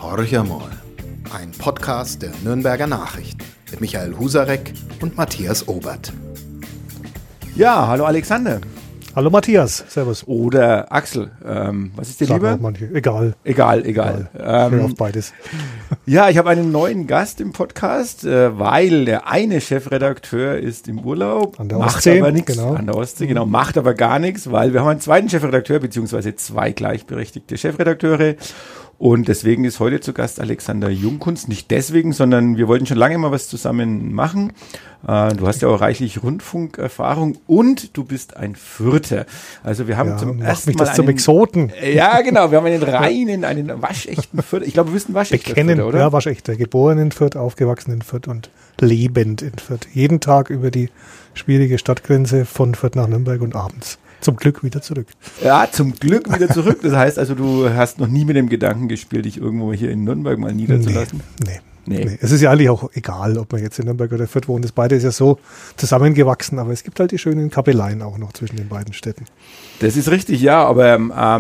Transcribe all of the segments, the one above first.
Horch einmal, ein Podcast der Nürnberger Nachrichten mit Michael Husarek und Matthias Obert. Ja, hallo Alexander. Hallo Matthias, servus. Oder Axel, was ist dir Sagen lieber? auch manche. Egal. Egal. Auf beides. Ja, ich habe einen neuen Gast im Podcast, weil der eine Chefredakteur ist im Urlaub. An der macht Ostsee, aber nichts. genau. An der Ostsee, genau. Macht aber gar nichts, weil wir haben einen zweiten Chefredakteur, beziehungsweise zwei gleichberechtigte Chefredakteure. Und deswegen ist heute zu Gast Alexander Jungkunst. Nicht deswegen, sondern wir wollten schon lange mal was zusammen machen. Du hast ja auch reichlich Rundfunkerfahrung und du bist ein Fürther. Also wir haben zum ersten Mal zum Exoten. Ja, genau. Wir haben einen waschechten Fürther. Ich glaube, du bist ein waschechter Fürther, oder? Ja, waschechter. Geboren in Fürth, aufgewachsen in Fürth und lebend in Fürth. Jeden Tag über die schwierige Stadtgrenze von Fürth nach Nürnberg und abends. Zum Glück wieder zurück. Ja, zum Glück wieder zurück. Das heißt also, du hast noch nie mit dem Gedanken gespielt, dich irgendwo hier in Nürnberg mal niederzulassen? Nee. Es ist ja eigentlich auch egal, ob man jetzt in Nürnberg oder Fürth wohnt. Das beide ist ja so zusammengewachsen, aber es gibt halt die schönen Kapelleien auch noch zwischen den beiden Städten. Das ist richtig, ja, aber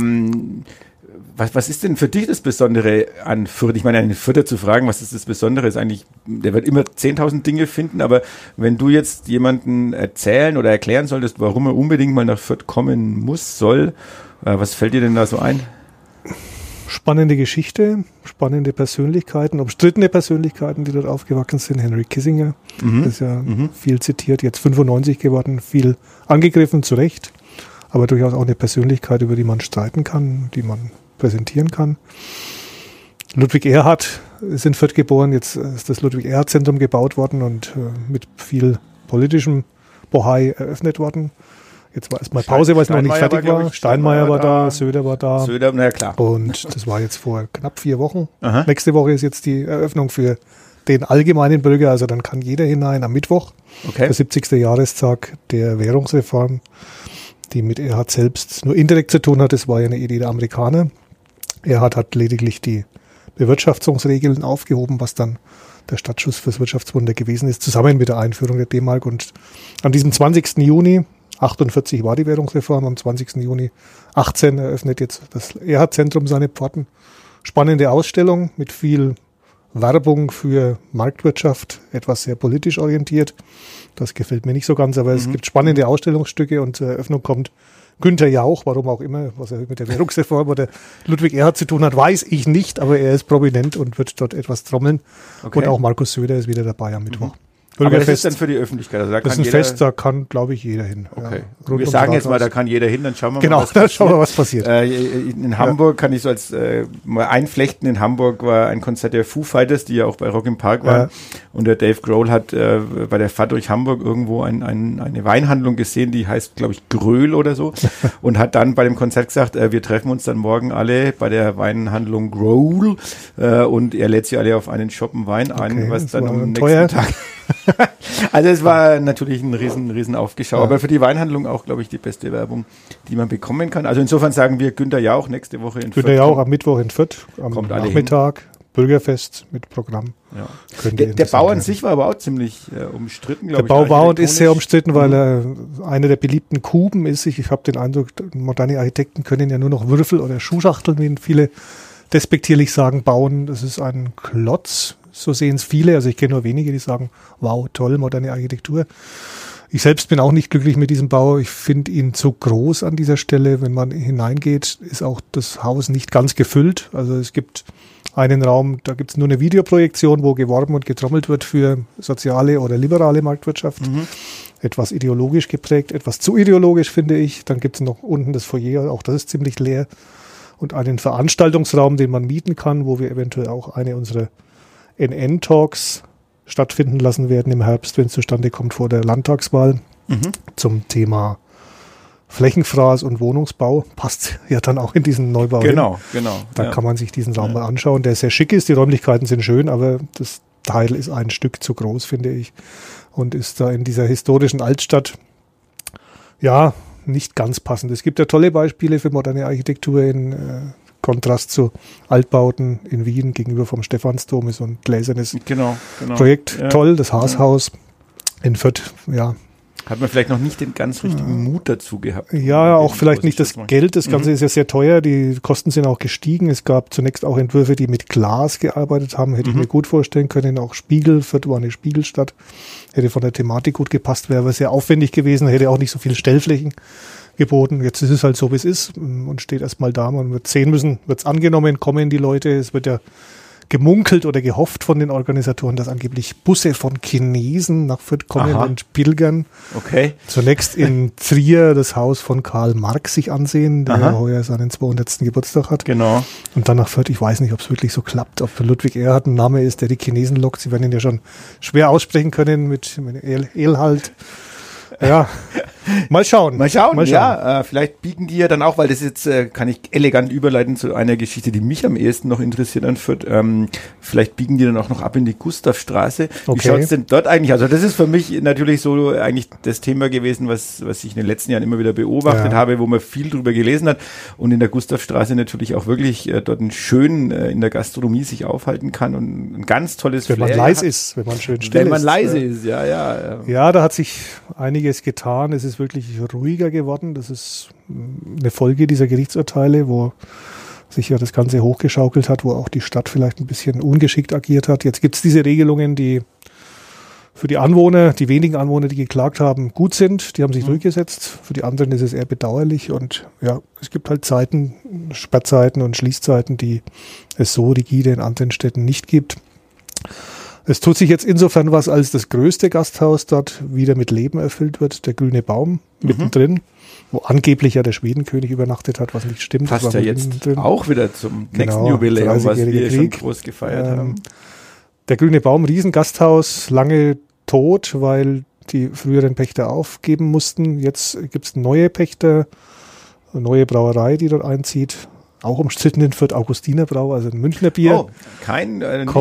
was ist denn für dich das Besondere an Fürth? Ich meine, einen Fürther zu fragen, was ist das Besondere, ist eigentlich, der wird immer 10.000 Dinge finden, aber wenn du jetzt jemanden erzählen oder erklären solltest, warum er unbedingt mal nach Fürth kommen soll, was fällt dir denn da so ein? Spannende Geschichte, spannende Persönlichkeiten, umstrittene Persönlichkeiten, die dort aufgewachsen sind. Henry Kissinger, das ist ja viel zitiert, jetzt 95 geworden, viel angegriffen, zu Recht, aber durchaus auch eine Persönlichkeit, über die man streiten kann, die man präsentieren kann. Ludwig Erhard ist in Fürth geboren, jetzt ist das Ludwig-Erhard-Zentrum gebaut worden und mit viel politischem Bohai eröffnet worden. Jetzt war erstmal Pause, weil es noch nicht fertig war. Steinmeier war da, Söder war da. Söder, na ja, klar. Und das war jetzt vor knapp 4 Wochen. Aha. Nächste Woche ist jetzt die Eröffnung für den allgemeinen Bürger, also dann kann jeder hinein am Mittwoch, Okay. der 70. Jahrestag der Währungsreform, die mit Erhard selbst nur indirekt zu tun hat. Das war ja eine Idee der Amerikaner. Erhard hat lediglich die Bewirtschaftungsregeln aufgehoben, was dann der Startschuss fürs Wirtschaftswunder gewesen ist, zusammen mit der Einführung der D-Mark. Und an diesem 20. Juni 48 war die Währungsreform, am 20. Juni 18 eröffnet jetzt das Erhard-Zentrum seine Pforten. Spannende Ausstellung mit viel Werbung für Marktwirtschaft, etwas sehr politisch orientiert. Das gefällt mir nicht so ganz, aber es gibt spannende Ausstellungsstücke und zur Eröffnung kommt Günther Jauch, warum auch immer, was er mit der Währungsreform oder Ludwig Erhard zu tun hat, weiß ich nicht, aber er ist prominent und wird dort etwas trommeln. Okay. Und auch Markus Söder ist wieder dabei am Mittwoch. Aber das ist dann für die Öffentlichkeit. Also da Das ist kann ein Fest, da kann, glaube ich, jeder hin. Okay. Ja, rund Wir ums sagen jetzt mal, Rathaus. da kann jeder hin, dann schauen wir mal, Genau, dann schauen wir, was passiert. In Hamburg kann ich so als mal einflechten. In Hamburg war ein Konzert der Foo Fighters, die ja auch bei Rock im Park waren. Ja. Und der Dave Grohl hat bei der Fahrt durch Hamburg irgendwo eine Weinhandlung gesehen, die heißt, glaube ich, Gröhl oder so. Und hat dann bei dem Konzert gesagt, wir treffen uns dann morgen alle bei der Weinhandlung Grohl. Und er lädt sie alle auf einen Shoppen Wein ein, Okay, was das dann war am teuer. nächsten Tag... Also es war natürlich ein riesen Aufgeschau, Ja. aber für die Weinhandlung auch, glaube ich, die beste Werbung, die man bekommen kann. Also insofern sagen wir Günther Jauch nächste Woche in Fürth. Günther Jauch am Mittwoch in Fürth, am Kommt alle Nachmittag, Bürgerfest mit Programm. Ja. Könnte Der Bau an interessant sich war aber auch ziemlich umstritten, Der glaube ich. Bau war und ist sehr umstritten, weil architektonisch. er einer der beliebten Kuben ist. Ich habe den Eindruck, moderne Architekten können ja nur noch Würfel oder Schuhschachteln, wie viele despektierlich sagen, bauen. Das ist ein Klotz, so sehen es viele. Also ich kenne nur wenige, die sagen, wow, toll, moderne Architektur. Ich selbst bin auch nicht glücklich mit diesem Bau. Ich finde ihn zu groß an dieser Stelle. Wenn man hineingeht, ist auch das Haus nicht ganz gefüllt. Also es gibt einen Raum, da gibt es nur eine Videoprojektion, wo geworben und getrommelt wird für soziale oder liberale Marktwirtschaft. Etwas ideologisch geprägt, etwas zu ideologisch, finde ich. Dann gibt es noch unten das Foyer, auch das ist ziemlich leer. Und einen Veranstaltungsraum, den man mieten kann, wo wir eventuell auch eine unserer NN-Talks stattfinden lassen werden im Herbst, wenn es zustande kommt vor der Landtagswahl, zum Thema Flächenfraß und Wohnungsbau. Passt ja dann auch in diesen Neubau. Genau. Da kann man sich diesen Raum mal anschauen, der sehr schick ist. Die Räumlichkeiten sind schön, aber das Teil ist ein Stück zu groß, finde ich. Und ist da in dieser historischen Altstadt, ja, nicht ganz passend. Es gibt ja tolle Beispiele für moderne Architektur in Kontrast zu Altbauten in Wien gegenüber vom Stephansdom, ist so ein gläsernes Genau. Projekt. Ja. Toll, das Haashaus in Fürth, ja. Hat man vielleicht noch nicht den ganz richtigen Mut dazu gehabt. Ja, auch vielleicht nicht das Geld. Das Ganze ist ja sehr teuer. Die Kosten sind auch gestiegen. Es gab zunächst auch Entwürfe, die mit Glas gearbeitet haben. Hätte ich mir gut vorstellen können. Auch Spiegel, Fürth war eine Spiegelstadt. Hätte von der Thematik gut gepasst, wäre aber sehr aufwendig gewesen. Hätte auch nicht so viele Stellflächen geboten. Jetzt ist es halt so, wie es ist und steht erstmal da. Man wird sehen müssen, wird es angenommen, kommen die Leute. Es wird ja gemunkelt oder gehofft von den Organisatoren, dass angeblich Busse von Chinesen nach Fürth kommen und pilgern. Okay. Zunächst in Trier das Haus von Karl Marx sich ansehen, der heuer seinen 200. Geburtstag hat. Genau. Und dann nach Fürth, ich weiß nicht, ob es wirklich so klappt, ob Ludwig Erhard ein Name ist, der die Chinesen lockt. Sie werden ihn ja schon schwer aussprechen können mit Elhalt. Ja, mal schauen. Ja, vielleicht biegen die ja dann auch, weil das jetzt kann ich elegant überleiten zu einer Geschichte, die mich am ehesten noch interessiert an Fürth. Vielleicht biegen die dann auch noch ab in die Gustavstraße. Okay. Wie schaut's denn dort eigentlich? Also das ist für mich natürlich so eigentlich das Thema gewesen, was ich in den letzten Jahren immer wieder beobachtet habe, wo man viel drüber gelesen hat und in der Gustavstraße natürlich auch wirklich dort schön in der Gastronomie sich aufhalten kann und ein ganz tolles Wenn man leise ist, wenn man schön still ist. Wenn man leise ist, ja. Ja, da hat sich einiges getan. Es ist wirklich ruhiger geworden. Das ist eine Folge dieser Gerichtsurteile, wo sich ja das Ganze hochgeschaukelt hat, wo auch die Stadt vielleicht ein bisschen ungeschickt agiert hat. Jetzt gibt es diese Regelungen, die für die Anwohner, die wenigen Anwohner, die geklagt haben, gut sind. Die haben sich durchgesetzt. Für die anderen ist es eher bedauerlich. Und ja, es gibt halt Zeiten, Sperrzeiten und Schließzeiten, die es so rigide in anderen Städten nicht gibt. Es tut sich jetzt insofern was, als das größte Gasthaus dort wieder mit Leben erfüllt wird, der Grüne Baum, mittendrin, wo angeblich ja der Schwedenkönig übernachtet hat, was nicht stimmt. Passt ja jetzt auch wieder zum nächsten Jubiläum, was wir schon groß gefeiert haben. Der Grüne Baum, Riesengasthaus, lange tot, weil die früheren Pächter aufgeben mussten. Jetzt gibt es neue Pächter, eine neue Brauerei, die dort einzieht. Auch umstritten in Fürth, Augustinerbrau, also ein Münchner Bier. Oh, kein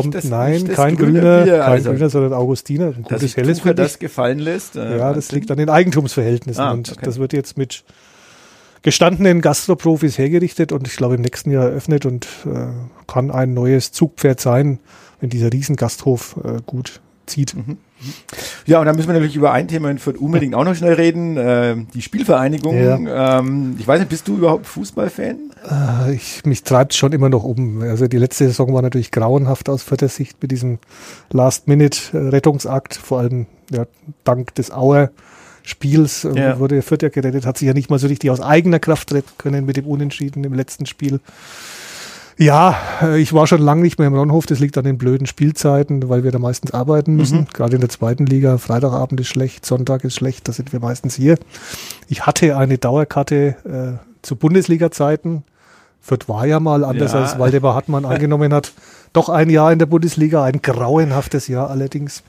Grüner Grüner, sondern Augustiner. Ein gutes helles Tucher das gefallen lässt. Ja, das liegt an den Eigentumsverhältnissen. Und das wird jetzt mit gestandenen Gastroprofis hergerichtet und ich glaube im nächsten Jahr eröffnet und kann ein neues Zugpferd sein, wenn dieser Riesengasthof gut zieht. Ja, und dann müssen wir natürlich über ein Thema in Fürth unbedingt auch noch schnell reden, die Spielvereinigung. Ja. Ich weiß nicht, bist du überhaupt Fußballfan? Mich treibt es schon immer noch um. Also die letzte Saison war natürlich grauenhaft aus Fürther Sicht mit diesem Last-Minute-Rettungsakt, vor allem dank des Auer-Spiels wurde Fürth ja gerettet, hat sich ja nicht mal so richtig aus eigener Kraft retten können mit dem Unentschieden im letzten Spiel. Ja, ich war schon lange nicht mehr im Ronhof, das liegt an den blöden Spielzeiten, weil wir da meistens arbeiten müssen, gerade in der zweiten Liga. Freitagabend ist schlecht, Sonntag ist schlecht, da sind wir meistens hier. Ich hatte eine Dauerkarte zu Bundesliga-Zeiten. Fürth war ja mal anders als Waldemar Hartmann angenommen hat. Doch ein Jahr in der Bundesliga, ein grauenhaftes Jahr allerdings.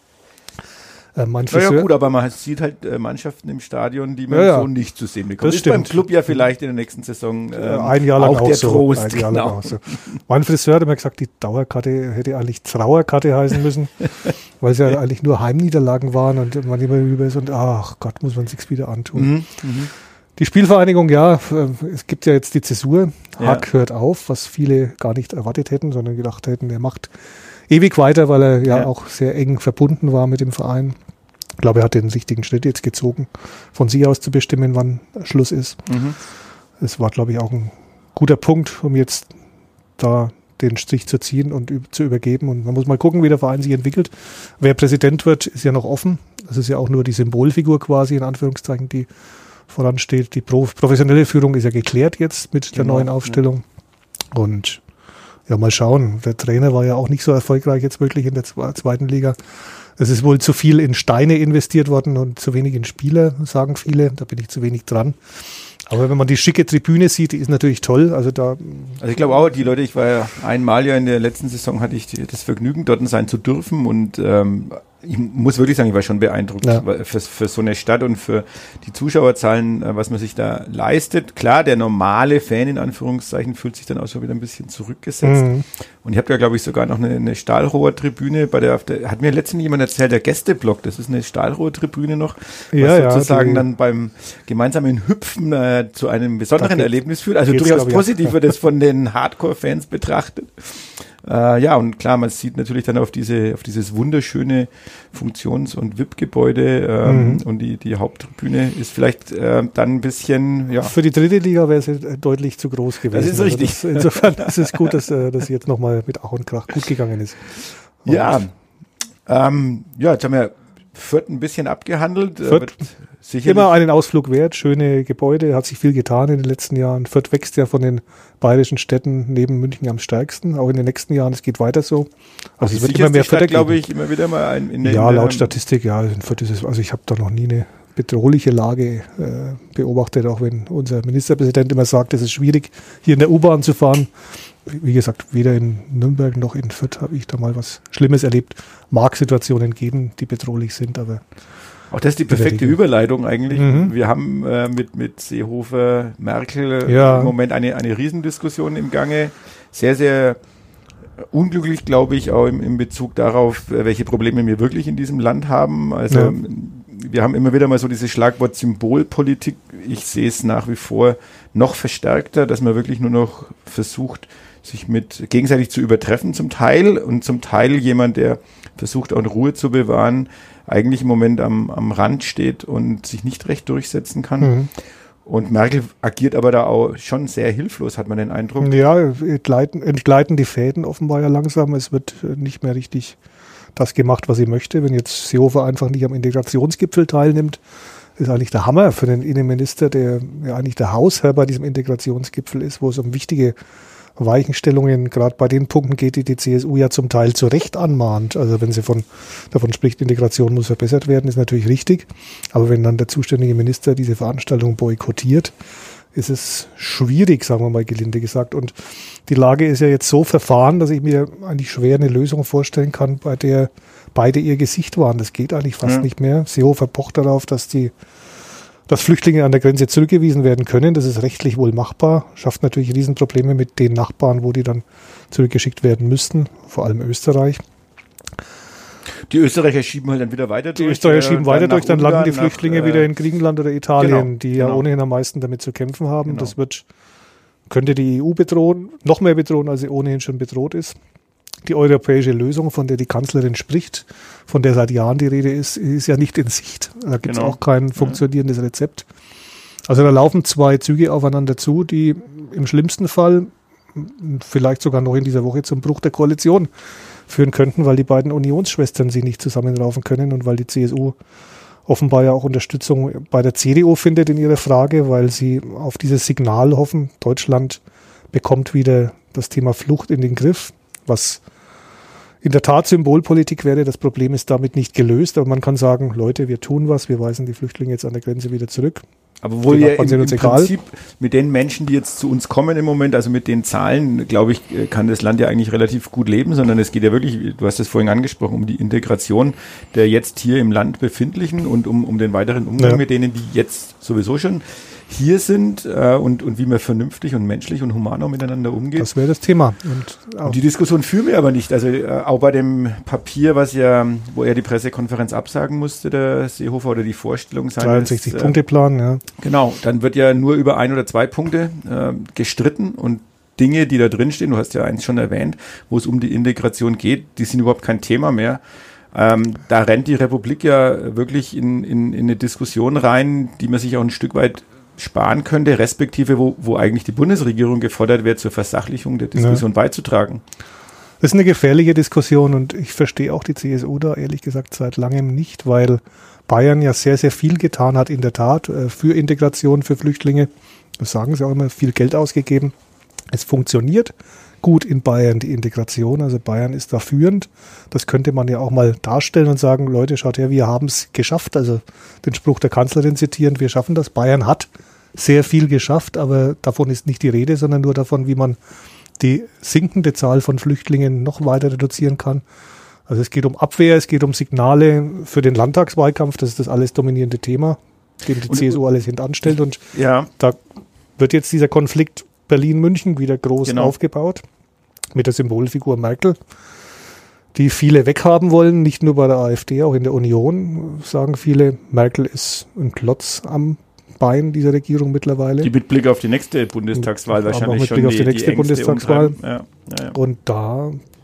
Mein Friseur, ja gut, aber man sieht halt Mannschaften im Stadion, die man so nicht zu sehen bekommt. Das ist beim Club ja vielleicht in der nächsten Saison ein Jahr lang auch der Trost. Ein Jahr lang auch so. Mein Friseur hat mir gesagt, die Dauerkarte hätte eigentlich Trauerkarte heißen müssen, weil es ja eigentlich nur Heimniederlagen waren und man immer über ist und ach Gott, muss man sich's wieder antun. Die Spielvereinigung, es gibt ja jetzt die Zäsur. Hack hört auf, was viele gar nicht erwartet hätten, sondern gedacht hätten, er macht ewig weiter, weil er auch sehr eng verbunden war mit dem Verein. Ich glaube, er hat den richtigen Schritt jetzt gezogen, von sich aus zu bestimmen, wann Schluss ist. Es war, glaube ich, auch ein guter Punkt, um jetzt da den Strich zu ziehen und zu übergeben. Und man muss mal gucken, wie der Verein sich entwickelt. Wer Präsident wird, ist ja noch offen. Das ist ja auch nur die Symbolfigur quasi, in Anführungszeichen, die voransteht. Die professionelle Führung ist ja geklärt jetzt mit der neuen Aufstellung. Und ja, mal schauen. Der Trainer war ja auch nicht so erfolgreich jetzt wirklich in der zweiten Liga. Es ist wohl zu viel in Steine investiert worden und zu wenig in Spieler, sagen viele. Da bin ich zu wenig dran. Aber wenn man die schicke Tribüne sieht, die ist natürlich toll. Also ich glaube auch, die Leute, ich war ja einmal in der letzten Saison, hatte ich das Vergnügen, dort sein zu dürfen und ich muss wirklich sagen, ich war schon beeindruckt für so eine Stadt und für die Zuschauerzahlen, was man sich da leistet. Klar, der normale Fan in Anführungszeichen fühlt sich dann auch schon wieder ein bisschen zurückgesetzt. Und ich habe ja, glaube ich, sogar noch eine Stahlrohrtribüne, hat mir letztens jemand erzählt, der Gästeblock, das ist eine Stahlrohrtribüne noch, was sozusagen dann beim gemeinsamen Hüpfen zu einem besonderen Erlebnis führt. Also durchaus positiv wird es von den Hardcore-Fans betrachtet. Ja, und klar, man sieht natürlich dann auf dieses wunderschöne Funktions- und VIP-Gebäude und die Haupttribüne ist vielleicht dann ein bisschen, ja. Für die dritte Liga wäre es deutlich zu groß gewesen. Das ist richtig. Insofern ist es gut, dass das jetzt nochmal mit Ach und Krach gut gegangen ist. Und ja, jetzt haben wir Fürth ein bisschen abgehandelt. Fürth immer einen Ausflug wert, schöne Gebäude, hat sich viel getan in den letzten Jahren. Fürth wächst ja von den bayerischen Städten neben München am stärksten, auch in den nächsten Jahren, es geht weiter so. Also es wird immer mehr Fürth, glaube ich, immer wieder mal laut Statistik, ja, in Fürth ist es, also ich habe da noch nie eine bedrohliche Lage beobachtet, auch wenn unser Ministerpräsident immer sagt, es ist schwierig, hier in der U-Bahn zu fahren. Wie gesagt, weder in Nürnberg noch in Fürth habe ich da mal was Schlimmes erlebt. Mag Situationen geben, die bedrohlich sind, aber auch das ist die perfekte Überleitung eigentlich. Wir haben mit Seehofer, Merkel im Moment eine Riesendiskussion im Gange. Sehr, sehr unglücklich, glaube ich, auch im Bezug darauf, welche Probleme wir wirklich in diesem Land haben. Also wir haben immer wieder mal so dieses Schlagwort Symbolpolitik. Ich sehe es nach wie vor noch verstärkter, dass man wirklich nur noch versucht, sich gegenseitig zu übertreffen zum Teil und zum Teil jemand, der versucht auch Ruhe zu bewahren, eigentlich im Moment am Rand steht und sich nicht recht durchsetzen kann. Und Merkel agiert aber da auch schon sehr hilflos, hat man den Eindruck. Ja, entgleiten die Fäden offenbar ja langsam. Es wird nicht mehr richtig das gemacht, was sie möchte. Wenn jetzt Seehofer einfach nicht am Integrationsgipfel teilnimmt, ist eigentlich der Hammer für den Innenminister, der ja eigentlich der Hausherr bei diesem Integrationsgipfel ist, wo es um wichtige Weichenstellungen gerade bei den Punkten geht, die CSU ja zum Teil zu Recht anmahnt. Also wenn sie davon spricht, Integration muss verbessert werden, ist natürlich richtig. Aber wenn dann der zuständige Minister diese Veranstaltung boykottiert, ist es schwierig, sagen wir mal gelinde gesagt. Und die Lage ist ja jetzt so verfahren, dass ich mir eigentlich schwer eine Lösung vorstellen kann, bei der beide ihr Gesicht waren. Das geht eigentlich fast nicht mehr. Seehofer pocht darauf, dass Flüchtlinge an der Grenze zurückgewiesen werden können. Das ist rechtlich wohl machbar. Schafft natürlich Riesenprobleme mit den Nachbarn, wo die dann zurückgeschickt werden müssten, vor allem Österreich. Die Österreicher schieben halt dann wieder weiter durch. Die Österreicher schieben weiter durch, dann landen die Flüchtlinge wieder in Griechenland oder Italien, die ja ohnehin am meisten damit zu kämpfen haben. Das könnte die EU bedrohen, noch mehr bedrohen, als sie ohnehin schon bedroht ist. Die europäische Lösung, von der die Kanzlerin spricht, von der seit Jahren die Rede ist ja nicht in Sicht. Da gibt es auch kein funktionierendes Rezept. Also da laufen zwei Züge aufeinander zu, die im schlimmsten Fall vielleicht sogar noch in dieser Woche zum Bruch der Koalition führen könnten, weil die beiden Unionsschwestern sie nicht zusammenraufen können und weil die CSU offenbar ja auch Unterstützung bei der CDU findet in ihrer Frage, weil sie auf dieses Signal hoffen, Deutschland bekommt wieder das Thema Flucht in den Griff, was in der Tat Symbolpolitik wäre. Das Problem ist damit nicht gelöst, aber man kann sagen, Leute, wir tun was, wir weisen die Flüchtlinge jetzt an der Grenze wieder zurück. Aber wohl ja im Prinzip mit den Menschen, die jetzt zu uns kommen im Moment, also mit den Zahlen, glaube ich, kann das Land ja eigentlich relativ gut leben, sondern es geht ja wirklich, du hast es vorhin angesprochen, um die Integration der jetzt hier im Land Befindlichen und um den weiteren Umgang mit denen, die jetzt sowieso schon hier sind und wie man vernünftig und menschlich und human auch miteinander umgeht. Das wäre das Thema. Und die Diskussion führen wir aber nicht. Also auch bei dem Papier, wo er die Pressekonferenz absagen musste, der Seehofer, oder die Vorstellung seines 63-Punkte-Plan, ja. Genau, dann wird ja nur über 1 oder 2 Punkte gestritten und Dinge, die da drin stehen, du hast ja eins schon erwähnt, wo es um die Integration geht, die sind überhaupt kein Thema mehr. Da rennt die Republik ja wirklich in eine Diskussion rein, die man sich auch ein Stück weit sparen könnte, respektive wo eigentlich die Bundesregierung gefordert wird, zur Versachlichung der Diskussion beizutragen. Das ist eine gefährliche Diskussion und ich verstehe auch die CSU da ehrlich gesagt seit langem nicht, weil Bayern ja sehr, sehr viel getan hat in der Tat für Integration, für Flüchtlinge. Das sagen sie auch immer, viel Geld ausgegeben. Es funktioniert gut in Bayern, die Integration. Also Bayern ist da führend. Das könnte man ja auch mal darstellen und sagen, Leute, schaut her, wir haben es geschafft. Also den Spruch der Kanzlerin zitierend, wir schaffen das. Bayern hat sehr viel geschafft, aber davon ist nicht die Rede, sondern nur davon, wie man die sinkende Zahl von Flüchtlingen noch weiter reduzieren kann. Also es geht um Abwehr, es geht um Signale für den Landtagswahlkampf. Das ist das alles dominierende Thema, dem die CSU alles hintanstellt. Und da wird jetzt dieser Konflikt Berlin-München wieder groß aufgebaut mit der Symbolfigur Merkel, die viele weghaben wollen, nicht nur bei der AfD, auch in der Union sagen viele, Merkel ist ein Klotz am Bein dieser Regierung mittlerweile. Die mit Blick auf die nächste Bundestagswahl wahrscheinlich auch mit schon Blick auf die nächste Bundestagswahl. Ja. Und da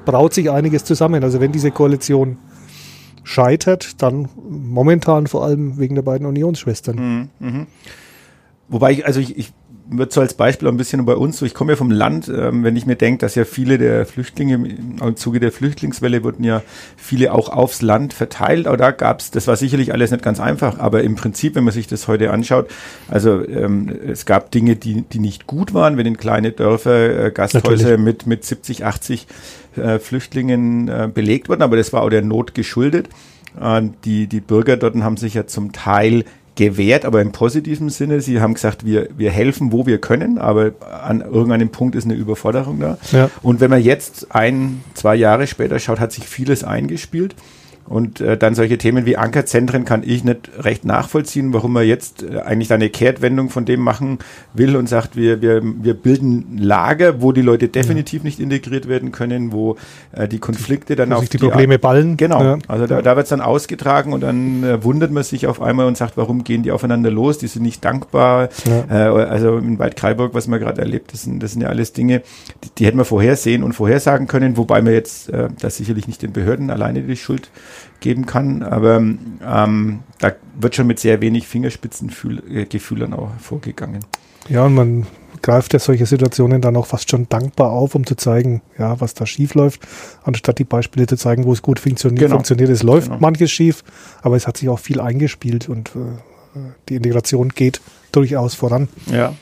braut sich einiges zusammen. Also wenn diese Koalition scheitert, dann momentan vor allem wegen der beiden Unionsschwestern. Wobei ich würde so als Beispiel auch ein bisschen bei uns so, ich komme ja vom Land, wenn ich mir denke, dass ja viele der Flüchtlinge, im Zuge der Flüchtlingswelle wurden ja viele auch aufs Land verteilt, aber da gab's, das war sicherlich alles nicht ganz einfach, aber im Prinzip, wenn man sich das heute anschaut, also es gab Dinge, die nicht gut waren, wenn in kleine Dörfer Gasthäuser mit 70, 80 Flüchtlingen belegt wurden, aber das war auch der Not geschuldet. Die Bürger dort haben sich ja zum Teil gewährt, aber im positiven Sinne. Sie haben gesagt, wir helfen, wo wir können, aber an irgendeinem Punkt ist eine Überforderung da. Ja. Und wenn man jetzt 1-2 Jahre später schaut, hat sich vieles eingespielt. Und dann solche Themen wie Ankerzentren kann ich nicht recht nachvollziehen, warum man jetzt eigentlich eine Kehrtwendung von dem machen will und sagt, wir bilden Lager, wo die Leute definitiv nicht integriert werden können, wo die Konflikte dann auf die Probleme ballen. Genau, ja. Also da wird es dann ausgetragen und dann wundert man sich auf einmal und sagt, warum gehen die aufeinander los, die sind nicht dankbar. Ja. Also in Waldkraiburg, was man gerade erlebt, das sind ja alles Dinge, die hätten wir vorhersehen und vorhersagen können, wobei man jetzt das sicherlich nicht den Behörden alleine die Schuld geben kann, aber da wird schon mit sehr wenig Fingerspitzengefühlern auch vorgegangen. Ja, und man greift ja solche Situationen dann auch fast schon dankbar auf, um zu zeigen, ja, was da schief läuft, anstatt die Beispiele zu zeigen, wo es gut funktioniert. Es läuft manches schief, aber es hat sich auch viel eingespielt und die Integration geht durchaus voran. Ja.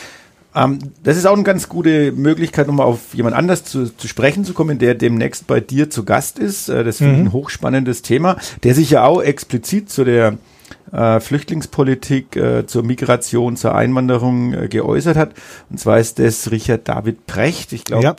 Das ist auch eine ganz gute Möglichkeit, um mal auf jemand anders zu sprechen zu kommen, der demnächst bei dir zu Gast ist. Das finde ich ein hochspannendes Thema, der sich ja auch explizit zu der Flüchtlingspolitik, zur Migration, zur Einwanderung geäußert hat. Und zwar ist das Richard David Precht. Ich glaube,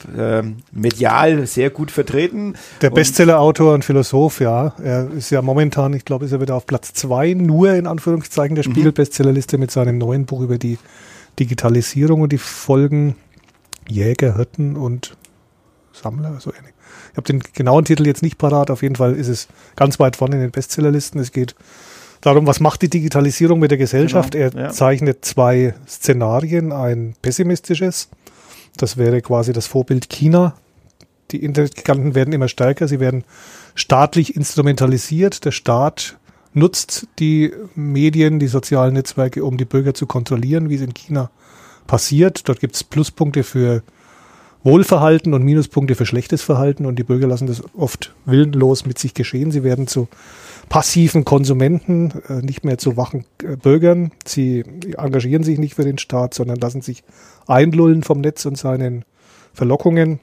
medial sehr gut vertreten. Der Bestsellerautor und Philosoph, ja. Er ist ja momentan, ich glaube, ist er wieder auf Platz 2, nur in Anführungszeichen der Spiegel-Bestsellerliste mit seinem neuen Buch über die Digitalisierung und die Folgen Jäger, Hirten und Sammler, so ähnlich. Ich habe den genauen Titel jetzt nicht parat, auf jeden Fall ist es ganz weit vorne in den Bestsellerlisten. Es geht darum, was macht die Digitalisierung mit der Gesellschaft? Genau, er zeichnet 2 Szenarien, ein pessimistisches, das wäre quasi das Vorbild China. Die Internetgiganten werden immer stärker, sie werden staatlich instrumentalisiert, der Staat nutzt die Medien, die sozialen Netzwerke, um die Bürger zu kontrollieren, wie es in China passiert. Dort gibt es Pluspunkte für Wohlverhalten und Minuspunkte für schlechtes Verhalten und die Bürger lassen das oft willenlos mit sich geschehen. Sie werden zu passiven Konsumenten, nicht mehr zu wachen Bürgern. Sie engagieren sich nicht für den Staat, sondern lassen sich einlullen vom Netz und seinen Verlockungen.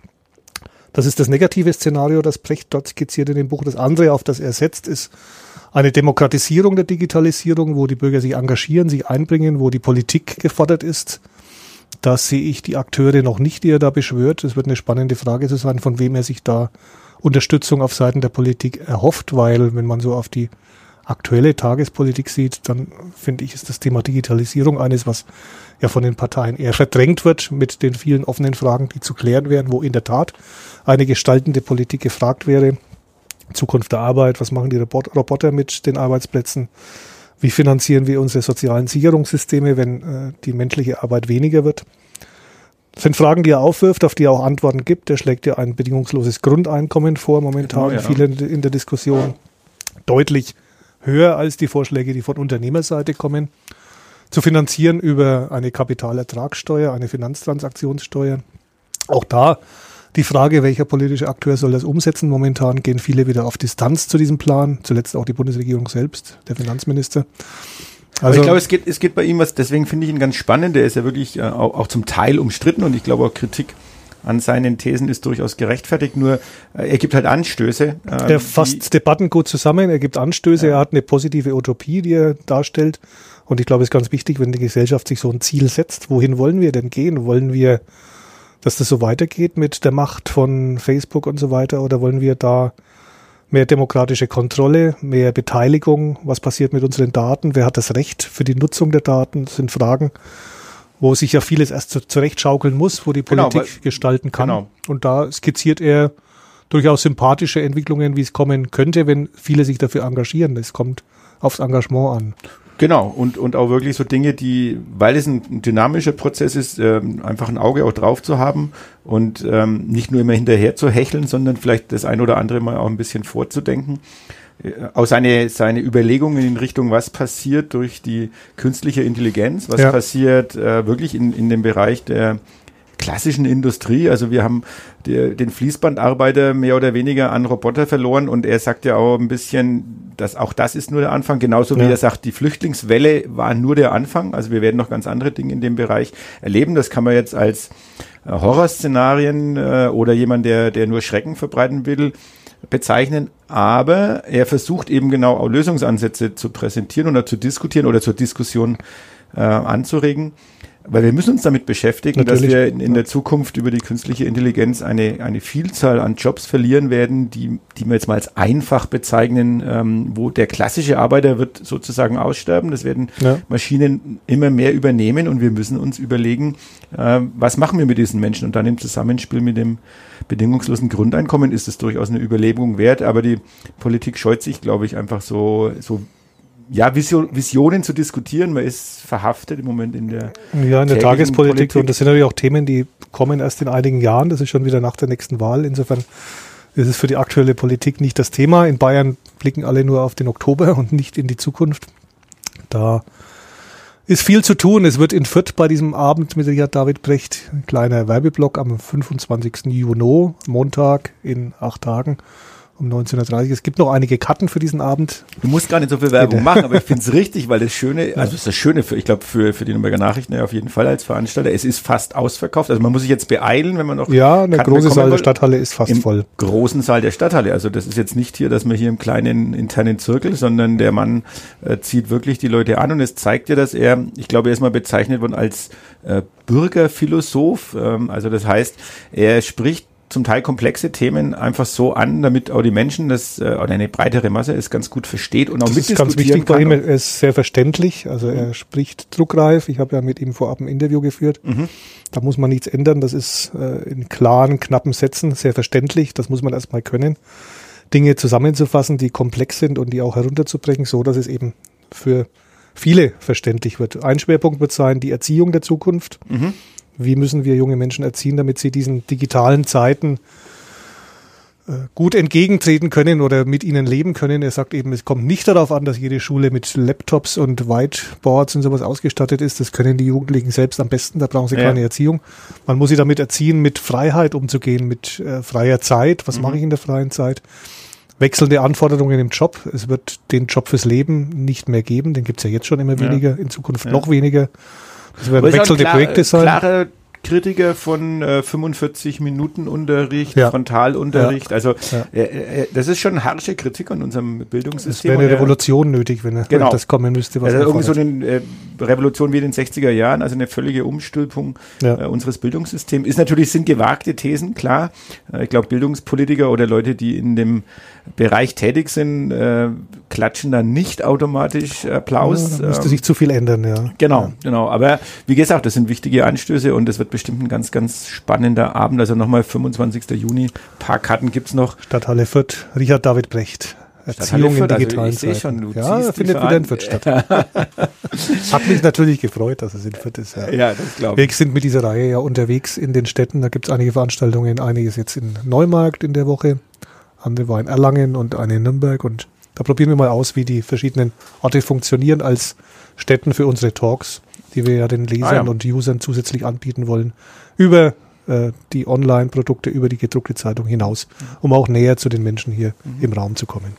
Das ist das negative Szenario, das Precht dort skizziert in dem Buch. Das andere, auf das er setzt, ist eine Demokratisierung der Digitalisierung, wo die Bürger sich engagieren, sich einbringen, wo die Politik gefordert ist. Da sehe ich die Akteure noch nicht, die er da beschwört. Es wird eine spannende Frage zu sein, von wem er sich da Unterstützung auf Seiten der Politik erhofft, weil wenn man so auf die aktuelle Tagespolitik sieht, dann finde ich, ist das Thema Digitalisierung eines, was ja von den Parteien eher verdrängt wird mit den vielen offenen Fragen, die zu klären wären, wo in der Tat eine gestaltende Politik gefragt wäre. Zukunft der Arbeit, was machen die Roboter mit den Arbeitsplätzen? Wie finanzieren wir unsere sozialen Sicherungssysteme, wenn die menschliche Arbeit weniger wird? Das sind Fragen, die er aufwirft, auf die er auch Antworten gibt. Er schlägt ja ein bedingungsloses Grundeinkommen vor, momentan viele in der Diskussion. Deutlich höher als die Vorschläge, die von Unternehmerseite kommen. Zu finanzieren über eine Kapitalertragssteuer, eine Finanztransaktionssteuer. Auch da die Frage, welcher politische Akteur soll das umsetzen? Momentan gehen viele wieder auf Distanz zu diesem Plan. Zuletzt auch die Bundesregierung selbst, der Finanzminister. Also ich glaube, es geht bei ihm was, deswegen finde ich ihn ganz spannend. Der ist ja wirklich auch zum Teil umstritten und ich glaube auch Kritik an seinen Thesen ist durchaus gerechtfertigt. Nur er gibt halt Anstöße. Er fasst Debatten gut zusammen, er gibt Anstöße, er hat eine positive Utopie, die er darstellt. Und ich glaube, es ist ganz wichtig, wenn die Gesellschaft sich so ein Ziel setzt. Wohin wollen wir denn gehen? Wollen wir, dass das so weitergeht mit der Macht von Facebook und so weiter? Oder wollen wir da mehr demokratische Kontrolle, mehr Beteiligung? Was passiert mit unseren Daten? Wer hat das Recht für die Nutzung der Daten? Das sind Fragen, wo sich ja vieles erst zurechtschaukeln muss, wo die Politik gestalten kann. Genau. Und da skizziert er durchaus sympathische Entwicklungen, wie es kommen könnte, wenn viele sich dafür engagieren. Es kommt aufs Engagement an. Genau, und auch wirklich so Dinge, die, weil es ein dynamischer Prozess ist, einfach ein Auge auch drauf zu haben und nicht nur immer hinterher zu hecheln, sondern vielleicht das ein oder andere Mal auch ein bisschen vorzudenken. Auch seine Überlegungen in Richtung, was passiert durch die künstliche Intelligenz, was passiert wirklich in dem Bereich der klassischen Industrie. Also wir haben den Fließbandarbeiter mehr oder weniger an Roboter verloren und er sagt ja auch ein bisschen, dass auch das ist nur der Anfang, genauso wie er sagt, die Flüchtlingswelle war nur der Anfang. Also wir werden noch ganz andere Dinge in dem Bereich erleben. Das kann man jetzt als Horrorszenarien oder jemand, der nur Schrecken verbreiten will, bezeichnen, aber er versucht eben genau auch Lösungsansätze zu präsentieren oder zu diskutieren oder zur Diskussion anzuregen, weil wir müssen uns damit beschäftigen, natürlich, dass wir in der Zukunft über die künstliche Intelligenz eine Vielzahl an Jobs verlieren werden, die wir jetzt mal als einfach bezeichnen, wo der klassische Arbeiter wird sozusagen aussterben. Das werden Maschinen immer mehr übernehmen und wir müssen uns überlegen, was machen wir mit diesen Menschen? Und dann im Zusammenspiel mit dem bedingungslosen Grundeinkommen ist es durchaus eine Überlegung wert, aber die Politik scheut sich, glaube ich, einfach so Visionen zu diskutieren. Man ist verhaftet im Moment in der Tagespolitik. Und das sind natürlich auch Themen, die kommen erst in einigen Jahren. Das ist schon wieder nach der nächsten Wahl. Insofern ist es für die aktuelle Politik nicht das Thema. In Bayern blicken alle nur auf den Oktober und nicht in die Zukunft. Da ist viel zu tun. Es wird in Fürth bei diesem Abend mit Richard David Precht ein kleiner Werbeblock am 25. Juni, Montag in 8 Tagen. Um 19.30 Uhr. Es gibt noch einige Karten für diesen Abend. Du musst gar nicht so viel Werbung machen, aber ich finde es richtig, weil das Schöne, also ist das Schöne für die Nürnberger Nachrichten auf jeden Fall als Veranstalter, es ist fast ausverkauft, also man muss sich jetzt beeilen, wenn man noch der große Saal der Stadthalle ist fast voll. Im großen Saal der Stadthalle, also das ist jetzt nicht hier, dass man hier im kleinen internen Zirkel, sondern der Mann zieht wirklich die Leute an und es zeigt ja, dass er ist mal bezeichnet worden als Bürgerphilosoph, also das heißt, er spricht zum Teil komplexe Themen einfach so an, damit auch die Menschen oder eine breitere Masse es ganz gut versteht und auch mitdiskutieren kann. Das ist ganz wichtig bei ihm, er ist sehr verständlich, also er spricht druckreif, ich habe ja mit ihm vorab ein Interview geführt, da muss man nichts ändern, das ist in klaren, knappen Sätzen sehr verständlich, das muss man erstmal können, Dinge zusammenzufassen, die komplex sind und die auch herunterzubrechen, so dass es eben für viele verständlich wird. Ein Schwerpunkt wird sein, die Erziehung der Zukunft. Wie müssen wir junge Menschen erziehen, damit sie diesen digitalen Zeiten gut entgegentreten können oder mit ihnen leben können. Er sagt eben, es kommt nicht darauf an, dass jede Schule mit Laptops und Whiteboards und sowas ausgestattet ist. Das können die Jugendlichen selbst am besten, da brauchen sie keine Erziehung. Man muss sie damit erziehen, mit Freiheit umzugehen, mit freier Zeit. Was mache ich in der freien Zeit? Wechselnde Anforderungen im Job. Es wird den Job fürs Leben nicht mehr geben. Den gibt es ja jetzt schon immer weniger, in Zukunft noch weniger. Das werden wechselnde Projekte sein. Klare Kritiker von 45 Minuten Unterricht, Frontalunterricht. Also das ist schon harsche Kritik an unserem Bildungssystem. Es wäre eine Revolution nötig, wenn das kommen müsste. Was irgendwie so eine Revolution wie in den 60er Jahren, also eine völlige Umstülpung unseres Bildungssystems. Sind gewagte Thesen, klar. Ich glaube, Bildungspolitiker oder Leute, die in dem Bereich tätig sind, klatschen dann nicht automatisch Applaus. Da müsste sich zu viel ändern, ja. Genau. Aber wie gesagt, das sind wichtige Anstöße und es wird bestimmt ein ganz, ganz spannender Abend. Also nochmal 25. Juni, ein paar Karten gibt's noch. Stadthalle Fürth, Richard David Precht. Erziehung in digitalen Zeiten. Schon, findet wieder in Fürth statt. Hat mich natürlich gefreut, dass es in Fürth ist. Ja, das glaube ich. Wir sind mit dieser Reihe ja unterwegs in den Städten. Da gibt es einige Veranstaltungen, einiges jetzt in Neumarkt in der Woche, andere war in Erlangen und eine in Nürnberg. Und da probieren wir mal aus, wie die verschiedenen Orte funktionieren als Stätten für unsere Talks, die wir ja den Lesern und Usern zusätzlich anbieten wollen, über die Online-Produkte, über die gedruckte Zeitung hinaus, um auch näher zu den Menschen hier im Raum zu kommen.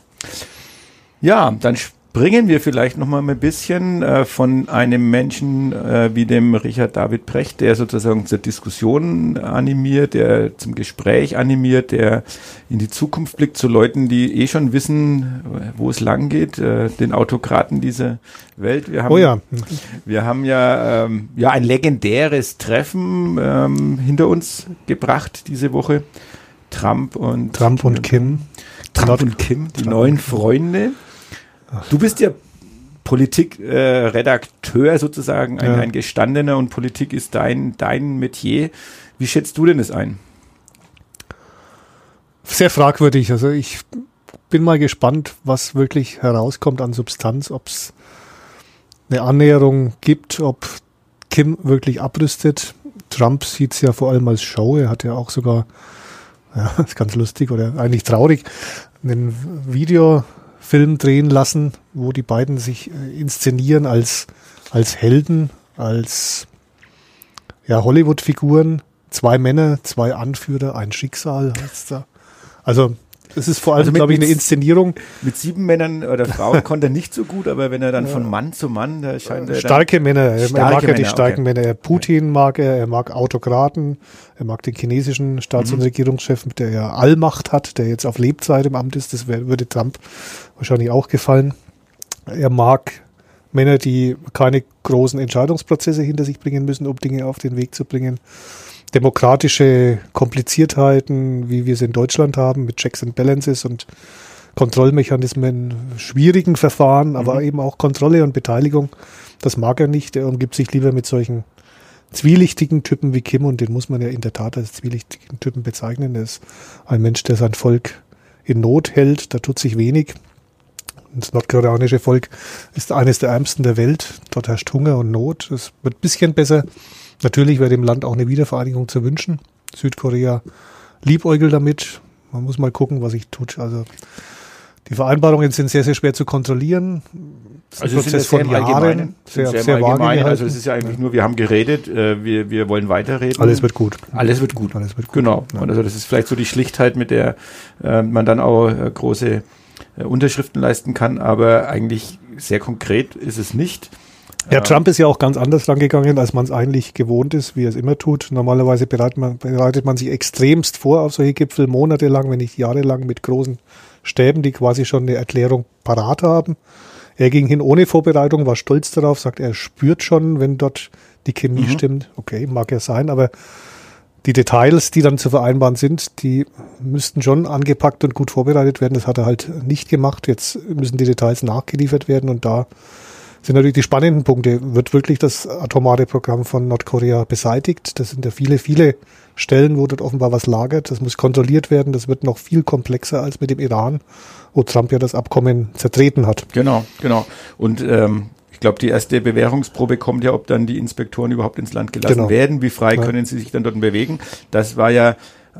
Ja, dann springen wir vielleicht noch mal ein bisschen von einem Menschen wie dem Richard David Precht, der sozusagen zur Diskussion animiert, der zum Gespräch animiert, der in die Zukunft blickt, zu Leuten, die schon wissen, wo es lang geht, den Autokraten dieser Welt. Wir haben ja ein legendäres Treffen hinter uns gebracht diese Woche. Trump und Kim, die neuen Freunde. Du bist ja Politikredakteur sozusagen, ein gestandener, und Politik ist dein Metier. Wie schätzt du denn das ein? Sehr fragwürdig. Also ich bin mal gespannt, was wirklich herauskommt an Substanz, ob es eine Annäherung gibt, ob Kim wirklich abrüstet. Trump sieht es ja vor allem als Show. Er hat ja auch sogar, ja, das ist ganz lustig oder eigentlich traurig, einen Videofilm drehen lassen, wo die beiden sich inszenieren als Helden, als Hollywood-Figuren. 2 Männer, 2 Anführer, ein Schicksal heißt da. Also es ist vor allem, glaube ich, eine Inszenierung. Mit 7 Männern oder Frauen konnte er nicht so gut, aber wenn er dann von Mann zu Mann, da scheint er starke Männer, er mag ja die starken okay. Männer. Putin mag er mag Autokraten, er mag den chinesischen Staats- und Regierungschef, der ja Allmacht hat, der jetzt auf Lebzeit im Amt ist. Das würde Trump wahrscheinlich auch gefallen. Er mag Männer, die keine großen Entscheidungsprozesse hinter sich bringen müssen, um Dinge auf den Weg zu bringen. Demokratische Kompliziertheiten, wie wir es in Deutschland haben, mit Checks and Balances und Kontrollmechanismen, schwierigen Verfahren, aber eben auch Kontrolle und Beteiligung. Das mag er nicht. Er umgibt sich lieber mit solchen zwielichtigen Typen wie Kim, und den muss man ja in der Tat als zwielichtigen Typen bezeichnen. Er ist ein Mensch, der sein Volk in Not hält. Da tut sich wenig. Das nordkoreanische Volk ist eines der ärmsten der Welt. Dort herrscht Hunger und Not. Es wird ein bisschen besser. Natürlich wäre dem Land auch eine Wiedervereinigung zu wünschen. Südkorea liebäugelt damit. Man muss mal gucken, was sich tut. Also die Vereinbarungen sind sehr, sehr schwer zu kontrollieren. Also es ist von Jahren sehr allgemein. Also es ist ja eigentlich nur, wir haben geredet, wir wollen weiterreden. Alles wird gut. Alles wird gut. Alles wird gut. Genau. Ja. Und also das ist vielleicht so die Schlichtheit, mit der man dann auch große Unterschriften leisten kann, aber eigentlich sehr konkret ist es nicht. Ja, Trump ist ja auch ganz anders rangegangen, als man es eigentlich gewohnt ist, wie er es immer tut. Normalerweise bereitet man sich extremst vor auf solche Gipfel, monatelang, wenn nicht jahrelang, mit großen Stäben, die quasi schon eine Erklärung parat haben. Er ging hin ohne Vorbereitung, war stolz darauf, sagt, er spürt schon, wenn dort die Chemie stimmt. Okay, mag ja sein, aber die Details, die dann zu vereinbaren sind, die müssten schon angepackt und gut vorbereitet werden. Das hat er halt nicht gemacht. Jetzt müssen die Details nachgeliefert werden, und da sind natürlich die spannenden Punkte. Wird wirklich das atomare Programm von Nordkorea beseitigt? Das sind ja viele, viele Stellen, wo dort offenbar was lagert. Das muss kontrolliert werden. Das wird noch viel komplexer als mit dem Iran, wo Trump ja das Abkommen zertreten hat. Genau. Und ich glaube, die erste Bewährungsprobe kommt ja, ob dann die Inspektoren überhaupt ins Land gelassen werden. Wie frei können sie sich dann dort bewegen? Das war ja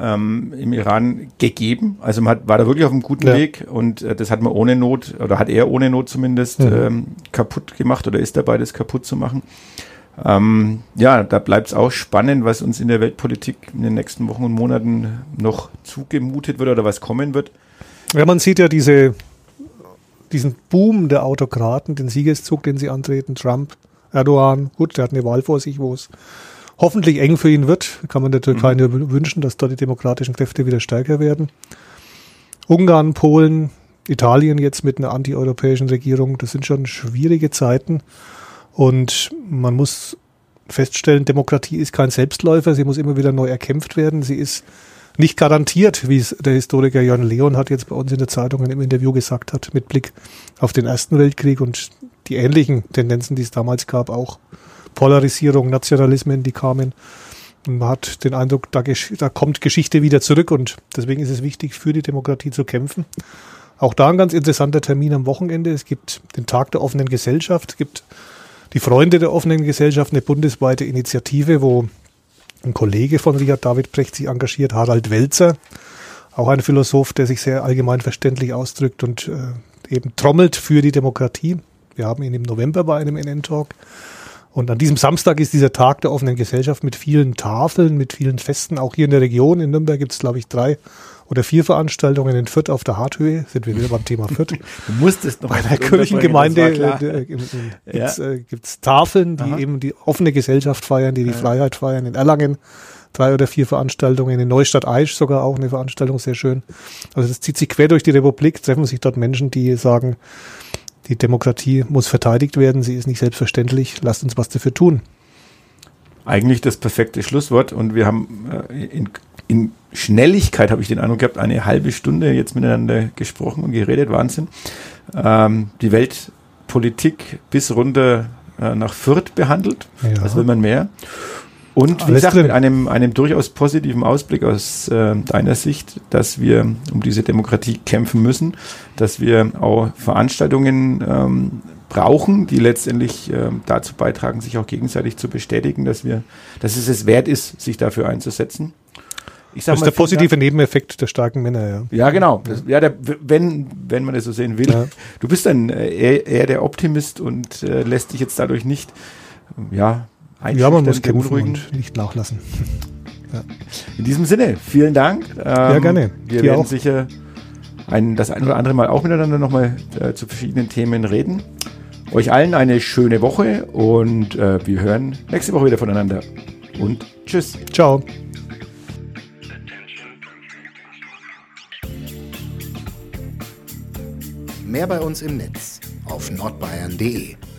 im Iran gegeben. Also man war da wirklich auf einem guten Weg, und das hat man ohne Not, oder hat er ohne Not zumindest kaputt gemacht, oder ist dabei, das kaputt zu machen. Da bleibt es auch spannend, was uns in der Weltpolitik in den nächsten Wochen und Monaten noch zugemutet wird oder was kommen wird. Ja, man sieht ja diesen Boom der Autokraten, den Siegeszug, den sie antreten, Trump, Erdogan, gut, der hat eine Wahl vor sich, wo es hoffentlich eng für ihn wird. Kann man der Türkei nur wünschen, dass dort die demokratischen Kräfte wieder stärker werden. Ungarn, Polen, Italien jetzt mit einer antieuropäischen Regierung, das sind schon schwierige Zeiten. Und man muss feststellen, Demokratie ist kein Selbstläufer, sie muss immer wieder neu erkämpft werden. Sie ist nicht garantiert, wie es der Historiker Jörn Leon hat jetzt bei uns in der Zeitung im Interview gesagt hat, mit Blick auf den Ersten Weltkrieg und die ähnlichen Tendenzen, die es damals gab, auch Polarisierung, Nationalismen, die kamen. Und man hat den Eindruck, da kommt Geschichte wieder zurück, und deswegen ist es wichtig, für die Demokratie zu kämpfen. Auch da ein ganz interessanter Termin am Wochenende. Es gibt den Tag der offenen Gesellschaft, es gibt die Freunde der offenen Gesellschaft, eine bundesweite Initiative, wo ein Kollege von Richard David Precht sich engagiert, Harald Welzer, auch ein Philosoph, der sich sehr allgemein verständlich ausdrückt und eben trommelt für die Demokratie. Wir haben ihn im November bei einem NN-Talk. Und an diesem Samstag ist dieser Tag der offenen Gesellschaft mit vielen Tafeln, mit vielen Festen. Auch hier in der Region, in Nürnberg, gibt es, glaube ich, 3 oder 4 Veranstaltungen. In Fürth auf der Harthöhe, sind wir wieder beim Thema Fürth. Du musstest noch bei der Kirchengemeinde gibt es Tafeln, die eben die offene Gesellschaft feiern, die Freiheit feiern. In Erlangen 3 oder 4 Veranstaltungen. In Neustadt-Aisch sogar auch eine Veranstaltung, sehr schön. Also das zieht sich quer durch die Republik, treffen sich dort Menschen, die sagen, die Demokratie muss verteidigt werden, sie ist nicht selbstverständlich, lasst uns was dafür tun. Eigentlich das perfekte Schlusswort, und wir haben in Schnelligkeit, habe ich den Eindruck gehabt, eine halbe Stunde jetzt miteinander gesprochen und geredet, Wahnsinn. Die Weltpolitik bis runter nach Fürth behandelt, was will man mehr? Und wie gesagt, mit einem durchaus positiven Ausblick aus deiner Sicht, dass wir um diese Demokratie kämpfen müssen, dass wir auch Veranstaltungen brauchen, die letztendlich dazu beitragen, sich auch gegenseitig zu bestätigen, dass es wert ist, sich dafür einzusetzen. Ich sag das ist mal, der positive Nebeneffekt der starken Männer, ja. Ja, genau. Wenn man das so sehen will. Ja. Du bist dann eher der Optimist und lässt dich jetzt dadurch nicht man muss kämpfen und nicht nachlassen. Ja. In diesem Sinne, vielen Dank. Ja, gerne. Wir werden sicher das ein oder andere Mal auch miteinander nochmal zu verschiedenen Themen reden. Euch allen eine schöne Woche und wir hören nächste Woche wieder voneinander. Und tschüss. Ciao. Mehr bei uns im Netz auf nordbayern.de.